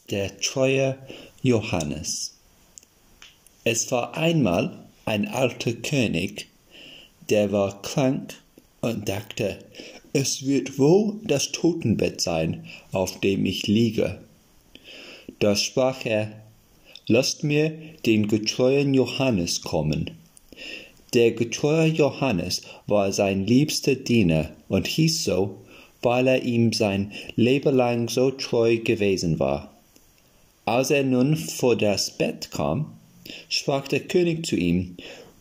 Der treue Johannes. Es war einmal ein alter König, der war krank und dachte, es wird wohl das Totenbett sein, auf dem ich liege. Da sprach er, lasst mir den getreuen Johannes kommen. Der getreue Johannes war sein liebster Diener und hieß so, weil er ihm sein Leben lang so treu gewesen war. Als er nun vor das Bett kam, sprach der König zu ihm,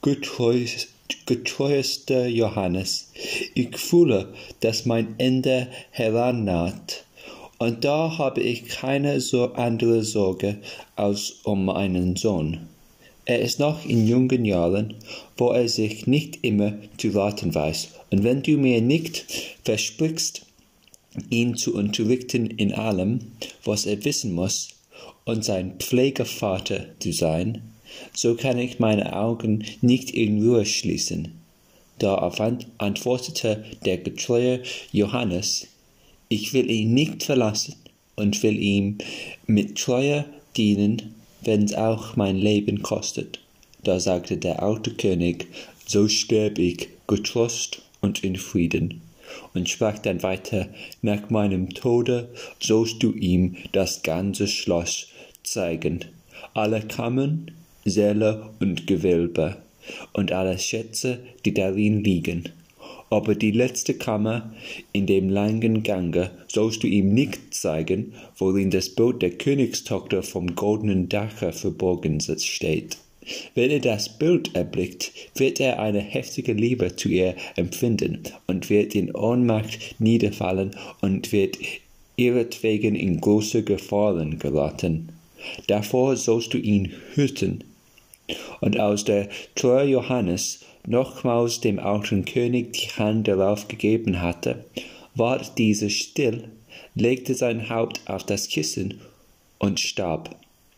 getreuester Johannes, ich fühle, dass mein Ende herannaht, und da habe ich keine so andere Sorge als um meinen Sohn. Er ist noch in jungen Jahren, wo er sich nicht immer zu warten weiß, und wenn du mir nicht versprichst, ihn zu unterrichten in allem, was er wissen muss, und sein Pflegevater zu sein, so kann ich meine Augen nicht in Ruhe schließen. Da antwortete der getreue Johannes, ich will ihn nicht verlassen und will ihm mit Treue dienen, wenn es auch mein Leben kostet. Da sagte der alte König, so sterb ich getrost und in Frieden, und sprach dann weiter, nach meinem Tode sollst du ihm das ganze Schloss zeigen, alle Kammern, Säle und Gewölbe und alle Schätze, die darin liegen. Aber die letzte Kammer in dem langen Gange sollst du ihm nicht zeigen, worin das Bild der Königstochter vom goldenen Dache verborgen steht. Wenn er das Bild erblickt, wird er eine heftige Liebe zu ihr empfinden und wird in Ohnmacht niederfallen und wird ihretwegen in große Gefahren geraten. Davor sollst du ihn hüten. Und als der treue Johannes nochmals dem alten König die Hand darauf gegeben hatte, ward dieser still, legte sein Haupt auf das Kissen und starb.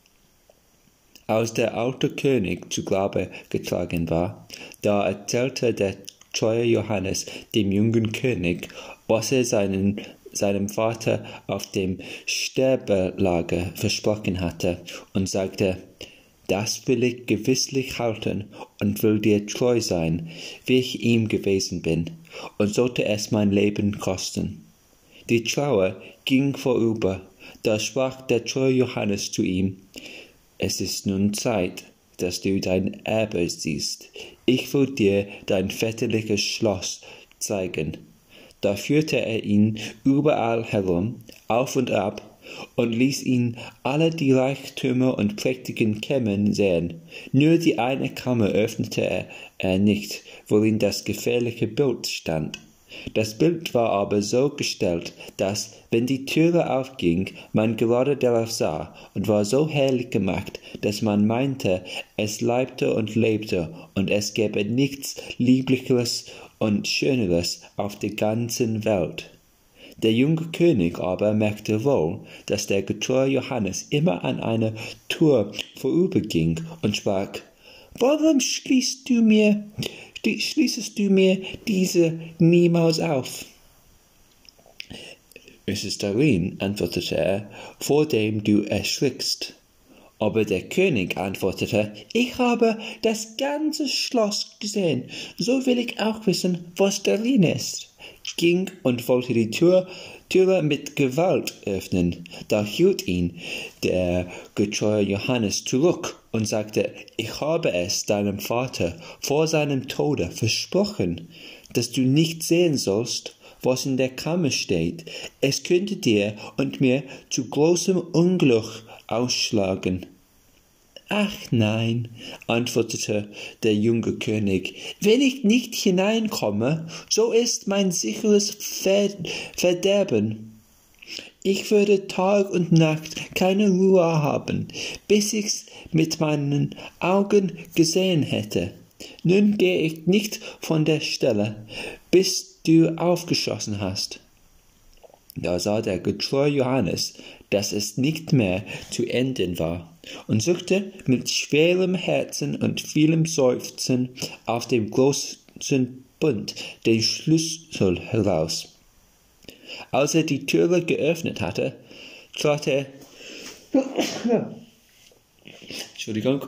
Als der alte König zu Grabe getragen war, da erzählte der treue Johannes dem jungen König, was er seinem Vater auf dem Sterbelager versprochen hatte, und sagte, das will ich gewisslich halten und will dir treu sein, wie ich ihm gewesen bin, und sollte es mein Leben kosten. Die Trauer ging vorüber, da sprach der treue Johannes zu ihm, es ist nun Zeit, dass du dein Erbe siehst. Ich will dir dein väterliches Schloss zeigen. Da führte er ihn überall herum, auf und ab, und ließ ihn alle die Reichtümer und prächtigen Kämmern sehen. Nur die eine Kammer öffnete er nicht, worin das gefährliche Bild stand. Das Bild war aber so gestellt, dass, wenn die Türe aufging, man gerade darauf sah, und war so herrlich gemacht, dass man meinte, es leibte und lebte, und es gäbe nichts Lieblicheres und Schöneres auf der ganzen Welt. Der junge König aber merkte wohl, dass der getreue Johannes immer an einer Tür vorüberging und sprach, warum schließest du mir diese niemals auf? Es ist darin, antwortete er, vor dem du erschrickst. Aber der König antwortete, ich habe das ganze Schloss gesehen, so will ich auch wissen, was darin ist. Ging und wollte die Türe mit Gewalt öffnen. Da hielt ihn der getreue Johannes zurück und sagte, ich habe es deinem Vater vor seinem Tode versprochen, dass du nicht sehen sollst, was in der Kammer steht. Es könnte dir und mir zu großem Unglück ausschlagen. Ach nein, antwortete der junge König, wenn ich nicht hineinkomme, so ist mein sicheres Verderben. Ich würde Tag und Nacht keine Ruhe haben, bis ich's mit meinen Augen gesehen hätte. Nun gehe ich nicht von der Stelle, bis du aufgeschossen hast. Da sah der getreue Johannes, dass es nicht mehr zu enden war, und suchte mit schwerem Herzen und vielem Seufzen auf dem großen Bund den Schlüssel heraus. Als er die Türe geöffnet hatte, trat er Entschuldigung.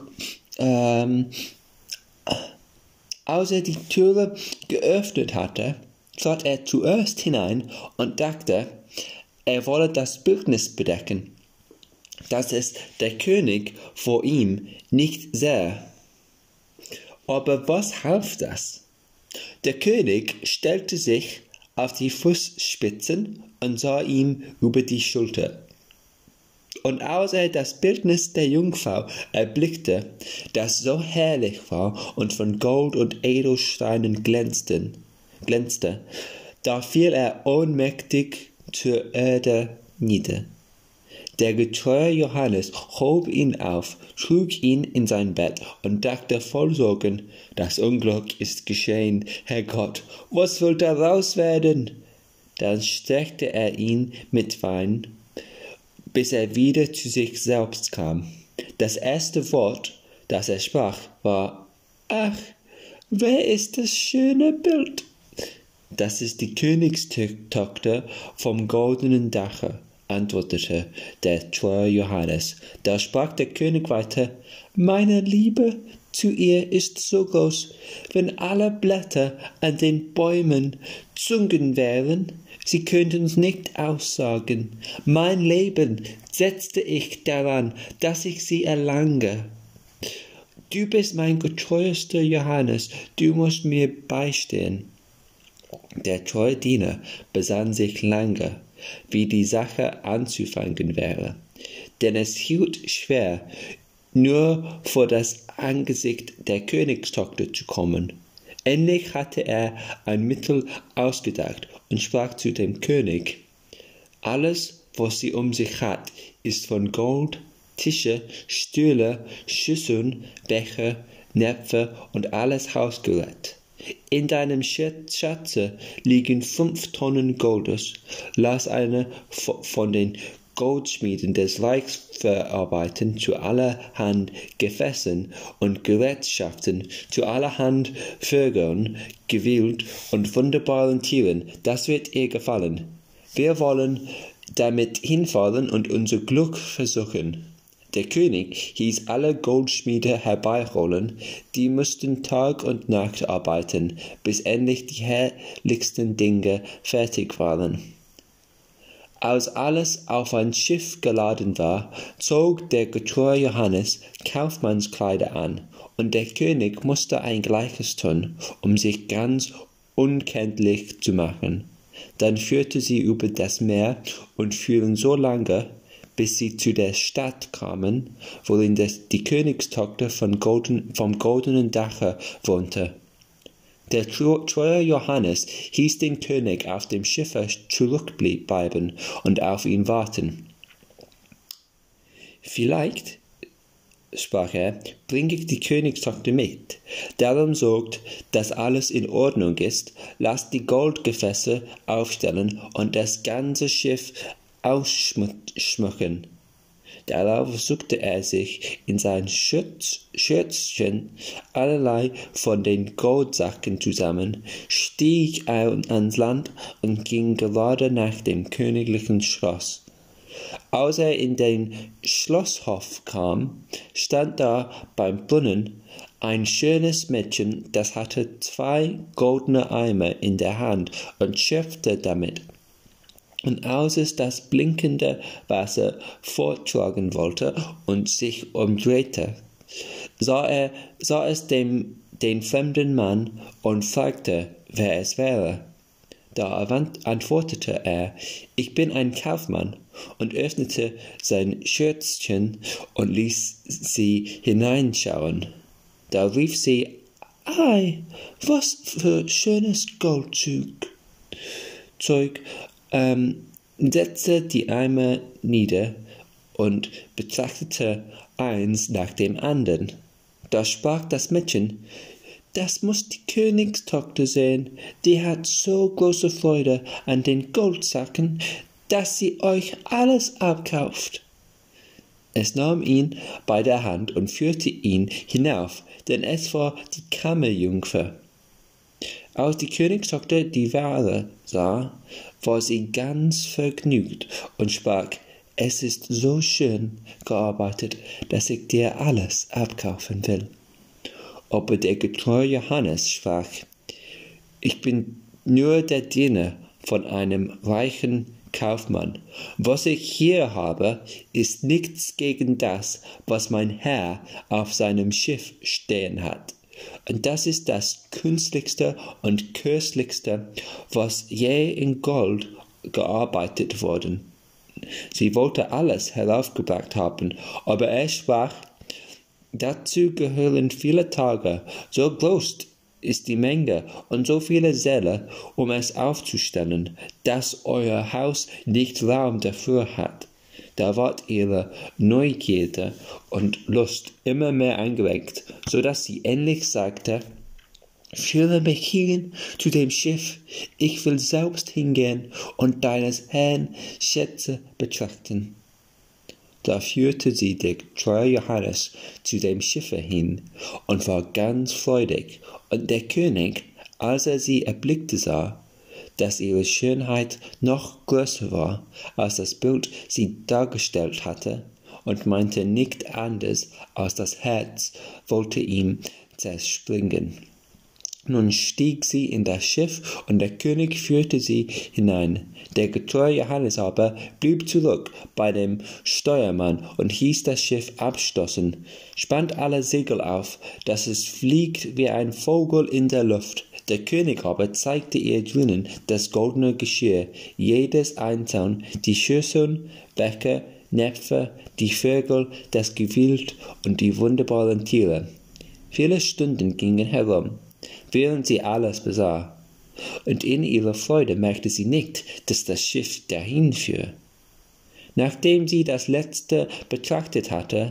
Als er die Türe geöffnet hatte, trat er zuerst hinein und dachte, er wolle das Bildnis bedecken, dass es der König vor ihm nicht sähe. Aber was half das? Der König stellte sich auf die Fußspitzen und sah ihm über die Schulter. Und als er das Bildnis der Jungfrau erblickte, das so herrlich war und von Gold und Edelsteinen glänzte, da fiel er ohnmächtig zur Erde nieder. Der getreue Johannes hob ihn auf, trug ihn in sein Bett und dachte voll Sorgen, das Unglück ist geschehen, Herrgott, was wird daraus werden? Dann streckte er ihn mit Wein, bis er wieder zu sich selbst kam. Das erste Wort, das er sprach, war, »Ach, wer ist das schöne Bild?« »Das ist die Königstochter vom goldenen Dache«, antwortete der treue Johannes. Da sprach der König weiter, »Meine Liebe zu ihr ist so groß, wenn alle Blätter an den Bäumen Zungen wären, sie könnten es nicht aussagen. Mein Leben setzte ich daran, dass ich sie erlange. Du bist mein getreuester Johannes, du musst mir beistehen.« Der treue Diener besann sich lange, wie die Sache anzufangen wäre, denn es hielt schwer, nur vor das Angesicht der Königstochter zu kommen. Endlich hatte er ein Mittel ausgedacht und sprach zu dem König, »Alles, was sie um sich hat, ist von Gold, Tische, Stühle, Schüsseln, Becher, Näpfe und alles Hausgerät. In deinem Schatze liegen 5 Tonnen Goldes. Lass eine von den Goldschmieden des Reichs verarbeiten zu allerhand Gefäßen und Gerätschaften, zu allerhand Vögeln, Gewild und wunderbaren Tieren. Das wird ihr gefallen. Wir wollen damit hinfahren und unser Glück versuchen.« Der König hieß alle Goldschmiede herbeiholen, die mussten Tag und Nacht arbeiten, bis endlich die herrlichsten Dinge fertig waren. Als alles auf ein Schiff geladen war, zog der getreue Johannes Kaufmannskleider an, und der König musste ein Gleiches tun, um sich ganz unkenntlich zu machen. Dann führte sie über das Meer und fuhren so lange, bis sie zu der Stadt kamen, worin die Königstochter vom goldenen Dache wohnte. Der treue Johannes hieß den König auf dem Schiffe zurückbleiben und auf ihn warten. »Vielleicht«, sprach er, »bringe ich die Königstochter mit. Darum sorgt, dass alles in Ordnung ist, lasst die Goldgefäße aufstellen und das ganze Schiff ausschmücken.« Darauf suchte er sich in sein Schürzchen allerlei von den Goldsachen zusammen, stieg ans Land und ging gerade nach dem königlichen Schloss. Als er in den Schlosshof kam, stand da beim Brunnen ein schönes Mädchen, das hatte 2 goldene Eimer in der Hand und schöpfte damit. Und als es das blinkende Wasser forttragen wollte und sich umdrehte, sah es den fremden Mann und fragte, wer es wäre. Da antwortete er, »Ich bin ein Kaufmann«, und öffnete sein Schürzchen und ließ sie hineinschauen. Da rief sie, »Ei, was für schönes Goldzeug«, setzte die Eimer nieder und betrachtete eins nach dem anderen. Da sprach das Mädchen, »Das muß die Königstochter sehen, die hat so große Freude an den Goldsachen, dass sie euch alles abkauft.« Es nahm ihn bei der Hand und führte ihn hinauf, denn es war die Kammerjungfer. Als die Königstochter die Ware sah, war sie ganz vergnügt und sprach, es ist so schön gearbeitet, dass ich dir alles abkaufen will. Aber der getreue Johannes sprach, ich bin nur der Diener von einem reichen Kaufmann. Was ich hier habe, ist nichts gegen das, was mein Herr auf seinem Schiff stehen hat. Und das ist das künstlichste und köstlichste, was je in Gold gearbeitet worden. Sie wollte alles heraufgebracht haben, aber er sprach, dazu gehören viele Tage, so groß ist die Menge und so viele Säle, um es aufzustellen, dass euer Haus nicht Raum dafür hat. Da ward ihre Neugierde und Lust immer mehr eingerenkt, so dass sie endlich sagte, führe mich hin zu dem Schiff, ich will selbst hingehen und deines Herrn Schätze betrachten. Da führte sie der treue Johannes zu dem Schiffe hin und war ganz freudig. Und der König, als er sie erblickte, sah, dass ihre Schönheit noch größer war, als das Bild sie dargestellt hatte, und meinte nicht anders, als das Herz wollte ihm zerspringen. Nun stieg sie in das Schiff, und der König führte sie hinein. Der getreue Johannes aber blieb zurück bei dem Steuermann und hieß das Schiff abstoßen, spannt alle Segel auf, dass es fliegt wie ein Vogel in der Luft. Der König aber zeigte ihr drinnen das goldene Geschirr, jedes einzeln, die Schüsseln, Becher, Näpfe, die Vögel, das Gewild und die wunderbaren Tiere. Viele Stunden gingen herum, während sie alles besah, und in ihrer Freude merkte sie nicht, dass das Schiff dahin fuhr. Nachdem sie das letzte betrachtet hatte,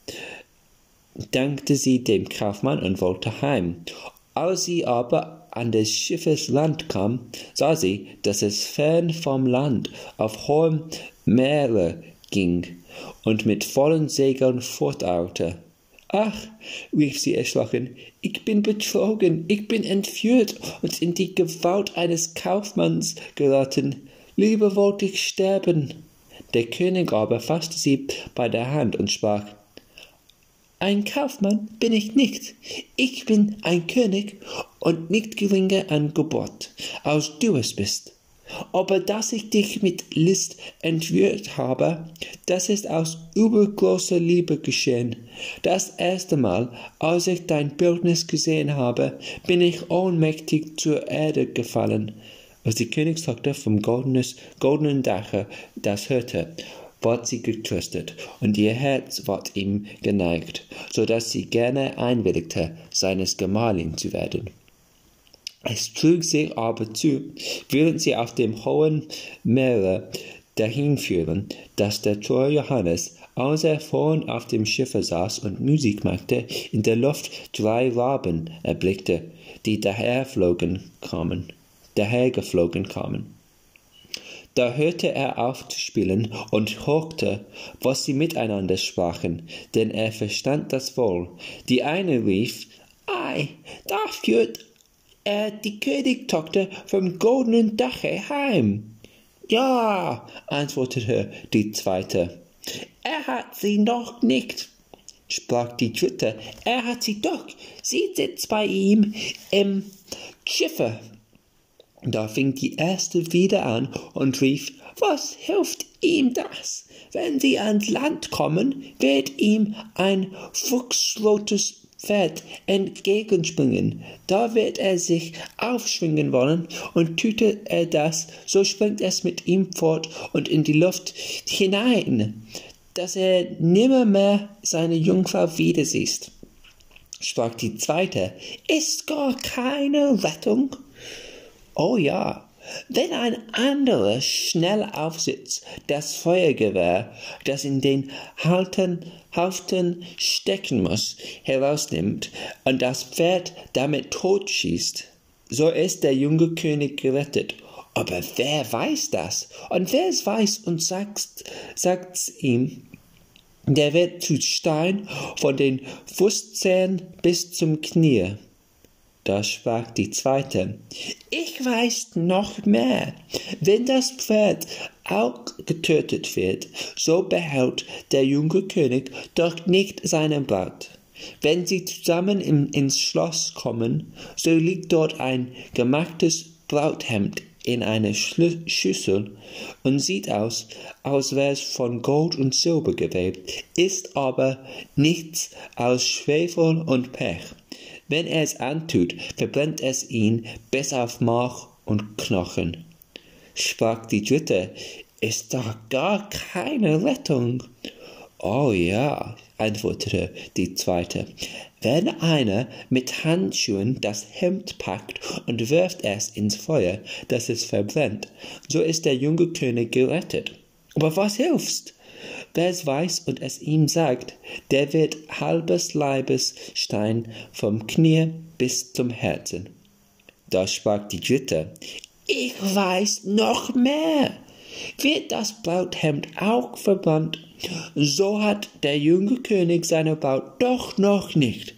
dankte sie dem Kaufmann und wollte heim. Als sie aber an des Schiffes Land kam, sah sie, dass es fern vom Land auf hohem Meere ging und mit vollen Segeln forteilte. »Ach«, rief sie erschrocken, »ich bin betrogen, ich bin entführt und in die Gewalt eines Kaufmanns geraten. Lieber wollte ich sterben.« Der König aber fasste sie bei der Hand und sprach, »Ein Kaufmann bin ich nicht, ich bin ein König und nicht geringer an Geburt, als du es bist. Aber dass ich dich mit List entführt habe, das ist aus übergroßer Liebe geschehen. Das erste Mal, als ich dein Bildnis gesehen habe, bin ich ohnmächtig zur Erde gefallen.« Als die Königstochter vom goldenen Dache das hörte, ward sie getröstet, und ihr Herz ward ihm geneigt, so dass sie gerne einwilligte, seines Gemahlin zu werden. Es trug sich aber zu, während sie auf dem hohen Meere dahinfuhren, dass der treue Johannes, als er vorn auf dem Schiffe saß und Musik machte, in der Luft 3 Raben erblickte, die dahergeflogen kamen. Da hörte er auf zu spielen und horchte, was sie miteinander sprachen, denn er verstand das wohl. Die eine rief, »Ei, da führt er die Königstochter vom goldenen Dache heim.« »Ja«, antwortete die zweite. »Er hat sie noch nicht«, sprach die dritte. »Er hat sie doch, sie sitzt bei ihm im Schiffe.« Da fing die erste wieder an und rief, »Was hilft ihm das? Wenn sie ans Land kommen, wird ihm ein fuchsrotes Pferd entgegenspringen. Da wird er sich aufschwingen wollen, und tut er das, so springt es mit ihm fort und in die Luft hinein, dass er nimmermehr seine Jungfrau wiedersieht.« Sprach die zweite, »Ist gar keine Rettung?« »Oh ja, wenn ein anderer schnell aufsitzt, das Feuergewehr, das in den Haften stecken muss, herausnimmt und das Pferd damit totschießt, so ist der junge König gerettet. Aber wer weiß das? Und wer es weiß und sagt's ihm, der wird zu Stein von den Fußzehen bis zum Knie.« Da sprach die zweite: Ich weiß noch mehr. Wenn das Pferd auch getötet wird, so behält der junge König doch nicht seine Braut. Wenn sie zusammen ins Schloss kommen, so liegt dort ein gemachtes Brauthemd in einer Schüssel und sieht aus, als wäre es von Gold und Silber gewebt, ist aber nichts als Schwefel und Pech. Wenn er es antut, verbrennt es ihn bis auf Mark und Knochen. Sprach die dritte: Ist da gar keine Rettung? Oh ja, antwortete die zweite. Wenn einer mit Handschuhen das Hemd packt und wirft es ins Feuer, dass es verbrennt, so ist der junge König gerettet. Aber was hilft's? Wer es weiß und es ihm sagt, der wird halbes Leibesstein vom Knie bis zum Herzen. Da sprach die dritte: Ich weiß noch mehr. Wird das Brauthemd auch verbrannt, so hat der junge König seine Braut doch noch nicht.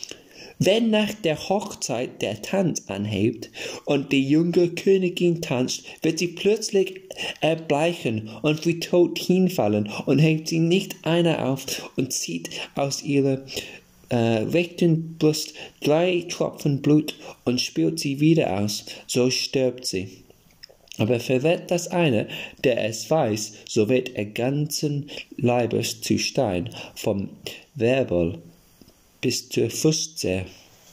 Wenn nach der Hochzeit der Tanz anhebt und die junge Königin tanzt, wird sie plötzlich erbleichen und wie tot hinfallen, und hebt sie nicht einer auf und zieht aus ihrer rechten Brust 3 Tropfen Blut und spült sie wieder aus, so stirbt sie. Aber verrät das eine, der es weiß, so wird er ganzen Leibes zu Stein, vom Wirbel bis zur Fußzehe.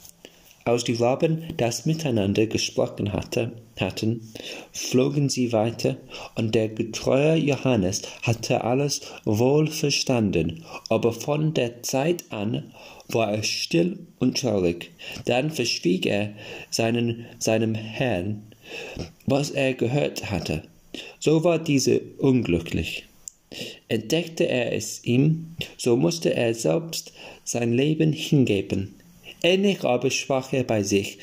Als die Raben das miteinander gesprochen hatten, flogen sie weiter, und der getreue Johannes hatte alles wohl verstanden, aber von der Zeit an war er still und traurig. Dann verschwieg er seinem Herrn, was er gehört hatte. So war dieser unglücklich. Entdeckte er es ihm, so musste er selbst sein Leben hingeben. Endlich aber sprach er bei sich: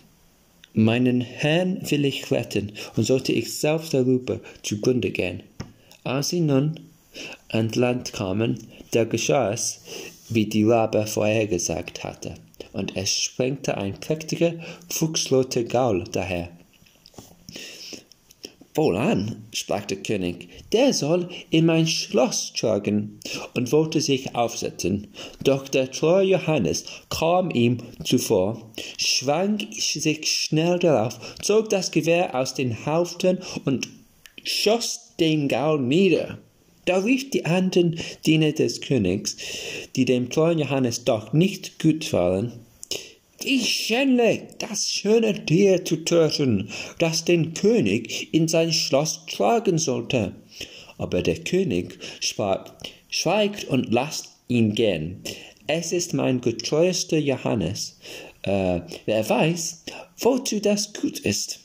Meinen Herrn will ich retten, und sollte ich selbst darüber zugrunde gehen. Als sie nun ans Land kamen, da geschah es, wie die Rabe vorhergesagt hatte, und es sprengte ein prächtiger, fuchsroter Gaul daher. Wohlan, sprach der König, der soll in mein Schloss tragen, und wollte sich aufsetzen. Doch der treue Johannes kam ihm zuvor, schwang sich schnell darauf, zog das Gewehr aus den Haften und schoss den Gaul nieder. Da rief die anderen Diener des Königs, die dem treuen Johannes doch nicht gut waren: Wie schändlich, das schöne Tier zu töten, das den König in sein Schloss tragen sollte. Aber der König sprach: Schweigt und lasst ihn gehen. Es ist mein getreuester Johannes. Wer weiß, wozu das gut ist.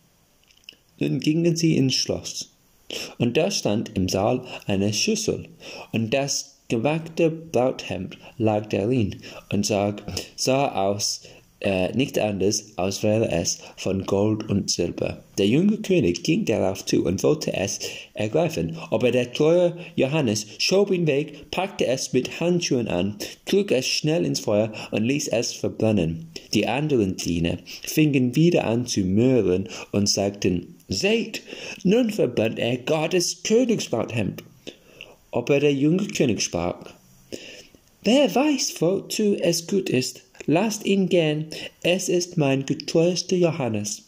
Nun gingen sie ins Schloss, und da stand im Saal eine Schüssel, und das gewagte Brauthemd lag darin und sah aus nicht anders, als wäre es von Gold und Silber. Der junge König ging darauf zu und wollte es ergreifen, aber der treue Johannes schob ihn weg, packte es mit Handschuhen an, trug es schnell ins Feuer und ließ es verbrennen. Die anderen Diener fingen wieder an zu murren und sagten: Seht, nun verbrennt er Gottes Königsbrauthemd. Aber der junge König sprach: Wer weiß, wozu es gut ist, lasst ihn gehen, es ist mein getreuester Johannes.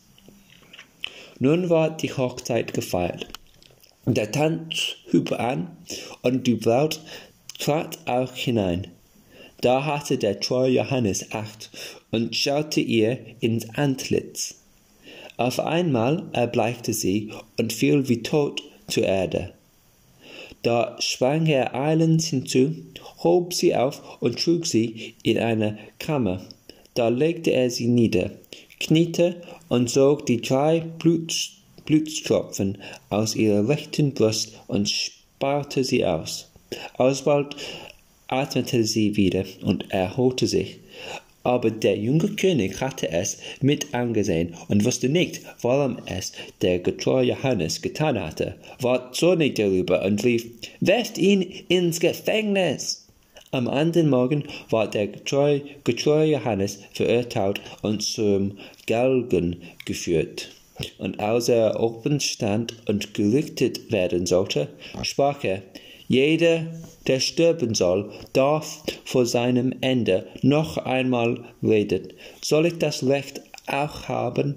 Nun war die Hochzeit gefeiert. Der Tanz hub an, und die Braut trat auch hinein. Da hatte der treue Johannes Acht und schaute ihr ins Antlitz. Auf einmal erbleichte sie und fiel wie tot zur Erde. Da sprang er eilends hinzu, hob sie auf und trug sie in eine Kammer. Da legte er sie nieder, kniete und sog die 3 Blutstropfen aus ihrer rechten Brust und sparte sie aus. Alsbald atmete sie wieder und erholte sich. Aber der junge König hatte es mit angesehen und wusste nicht, warum es der getreue Johannes getan hatte, war zornig darüber und rief: Werft ihn ins Gefängnis! Am anderen Morgen war der getreue Johannes verurteilt und zum Galgen geführt. Und als er oben stand und gerichtet werden sollte, sprach er: Jeder, der sterben soll, darf vor seinem Ende noch einmal reden. Soll ich das Recht auch haben?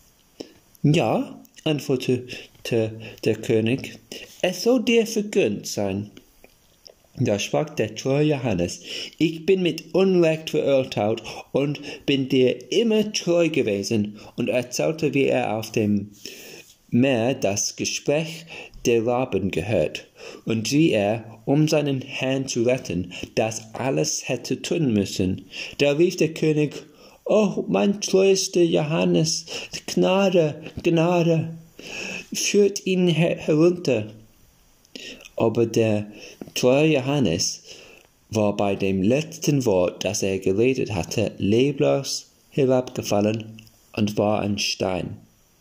Ja, antwortete der König, es soll dir vergönnt sein. Da sprach der treue Johannes: Ich bin mit Unrecht verurteilt und bin dir immer treu gewesen, und erzählte, wie er auf dem Meer das Gespräch der Raben gehört, und wie er, um seinen Herrn zu retten, das alles hätte tun müssen. Da rief der König: Oh, mein treuester Johannes, Gnade, Gnade, führt ihn herunter. Aber der treue Johannes war bei dem letzten Wort, das er geredet hatte, leblos herabgefallen und war ein Stein.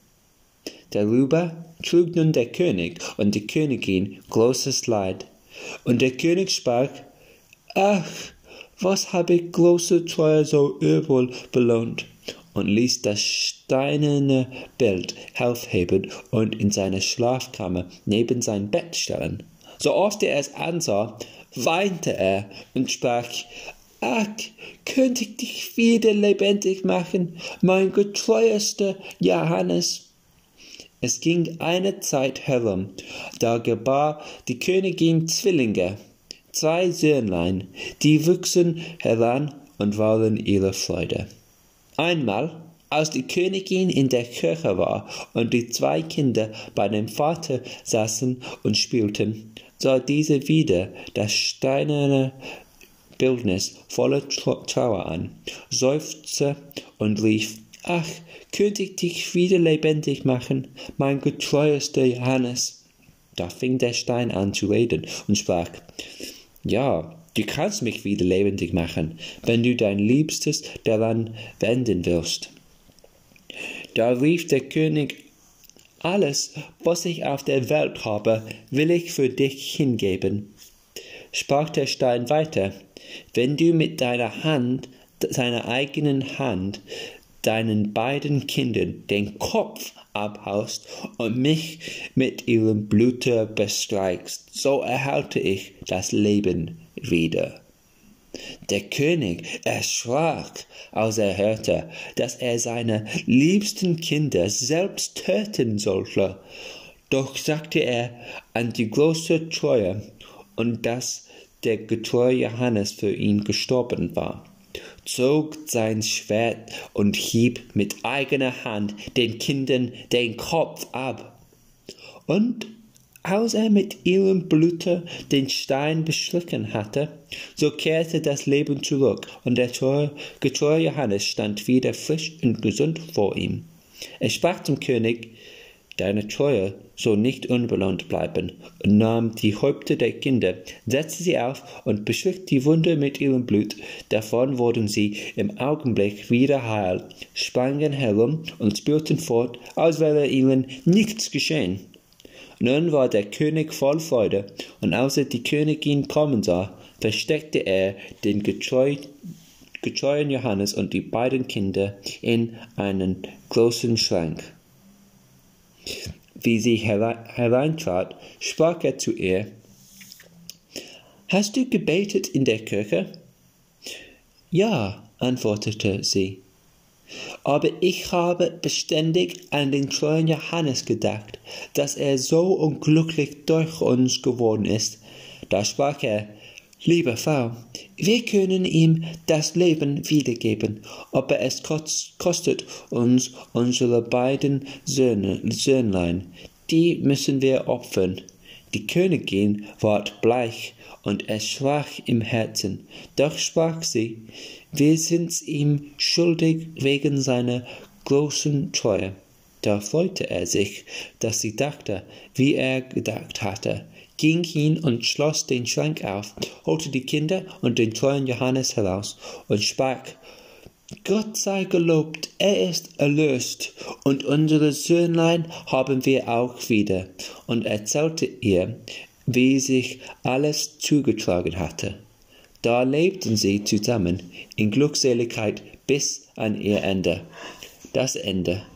Darüber trug nun der König und die Königin großes Leid. Und der König sprach: Ach, was habe ich große Treue so übel belohnt? Und ließ das steinerne Bild aufheben und in seine Schlafkammer neben sein Bett stellen. So oft er es ansah, weinte er und sprach: Ach, könnte ich dich wieder lebendig machen, mein getreuester Johannes. Es ging eine Zeit herum, da gebar die Königin Zwillinge, 2 Söhnlein, die wuchsen heran und waren ihre Freude. Einmal, als die Königin in der Kirche war und die 2 Kinder bei dem Vater saßen und spielten, sah diese wieder das steinerne Bildnis voller Trauer an, seufzte und rief: Ach, könnte ich dich wieder lebendig machen, mein getreuester Johannes. Da fing der Stein an zu reden und sprach: Ja, du kannst mich wieder lebendig machen, wenn du dein Liebstes daran wenden willst. Da rief der König: Alles, was ich auf der Welt habe, will ich für dich hingeben. Sprach der Stein weiter: Wenn du mit deiner eigenen Hand, deinen beiden Kindern den Kopf abhaust und mich mit ihrem Blute bestreikst, so erhalte ich das Leben wieder. Der König erschrak, als er hörte, dass er seine liebsten Kinder selbst töten sollte. Doch sagte er an die große Treue und dass der getreue Johannes für ihn gestorben war, zog sein Schwert und hieb mit eigener Hand den Kindern den Kopf ab. Und als er mit ihrem Blute den Stein beschlichen hatte, so kehrte das Leben zurück, und der getreue Johannes stand wieder frisch und gesund vor ihm. Er sprach zum König: Deine Treue soll nicht unbelohnt bleiben, und nahm die Häupter der Kinder, setzte sie auf und bestrich die Wunde mit ihrem Blut. Davon wurden sie im Augenblick wieder heil, sprangen herum und spielten fort, als wäre ihnen nichts geschehen. Nun war der König voll Freude, und als er die Königin kommen sah, versteckte er den getreuen Johannes und die beiden Kinder in einen großen Schrank. Wie sie hereintrat, sprach er zu ihr: Hast du gebetet in der Kirche? Ja, antwortete sie. Aber ich habe beständig an den treuen Johannes gedacht, dass er so unglücklich durch uns geworden ist. Da sprach er: Liebe Frau, wir können ihm das Leben wiedergeben, aber es kostet uns unsere beiden Söhnlein, die müssen wir opfern. Die Königin ward bleich und erschrak im Herzen, doch sprach sie: Wir sind's ihm schuldig wegen seiner großen Treue. Da freute er sich, dass sie dachte, wie er gedacht hatte, ging hin und schloss den Schrank auf, holte die Kinder und den treuen Johannes heraus und sprach: Gott sei gelobt, er ist erlöst, und unsere Söhnlein haben wir auch wieder, und erzählte ihr, wie sich alles zugetragen hatte. Da lebten sie zusammen in Glückseligkeit bis an ihr Ende. Das Ende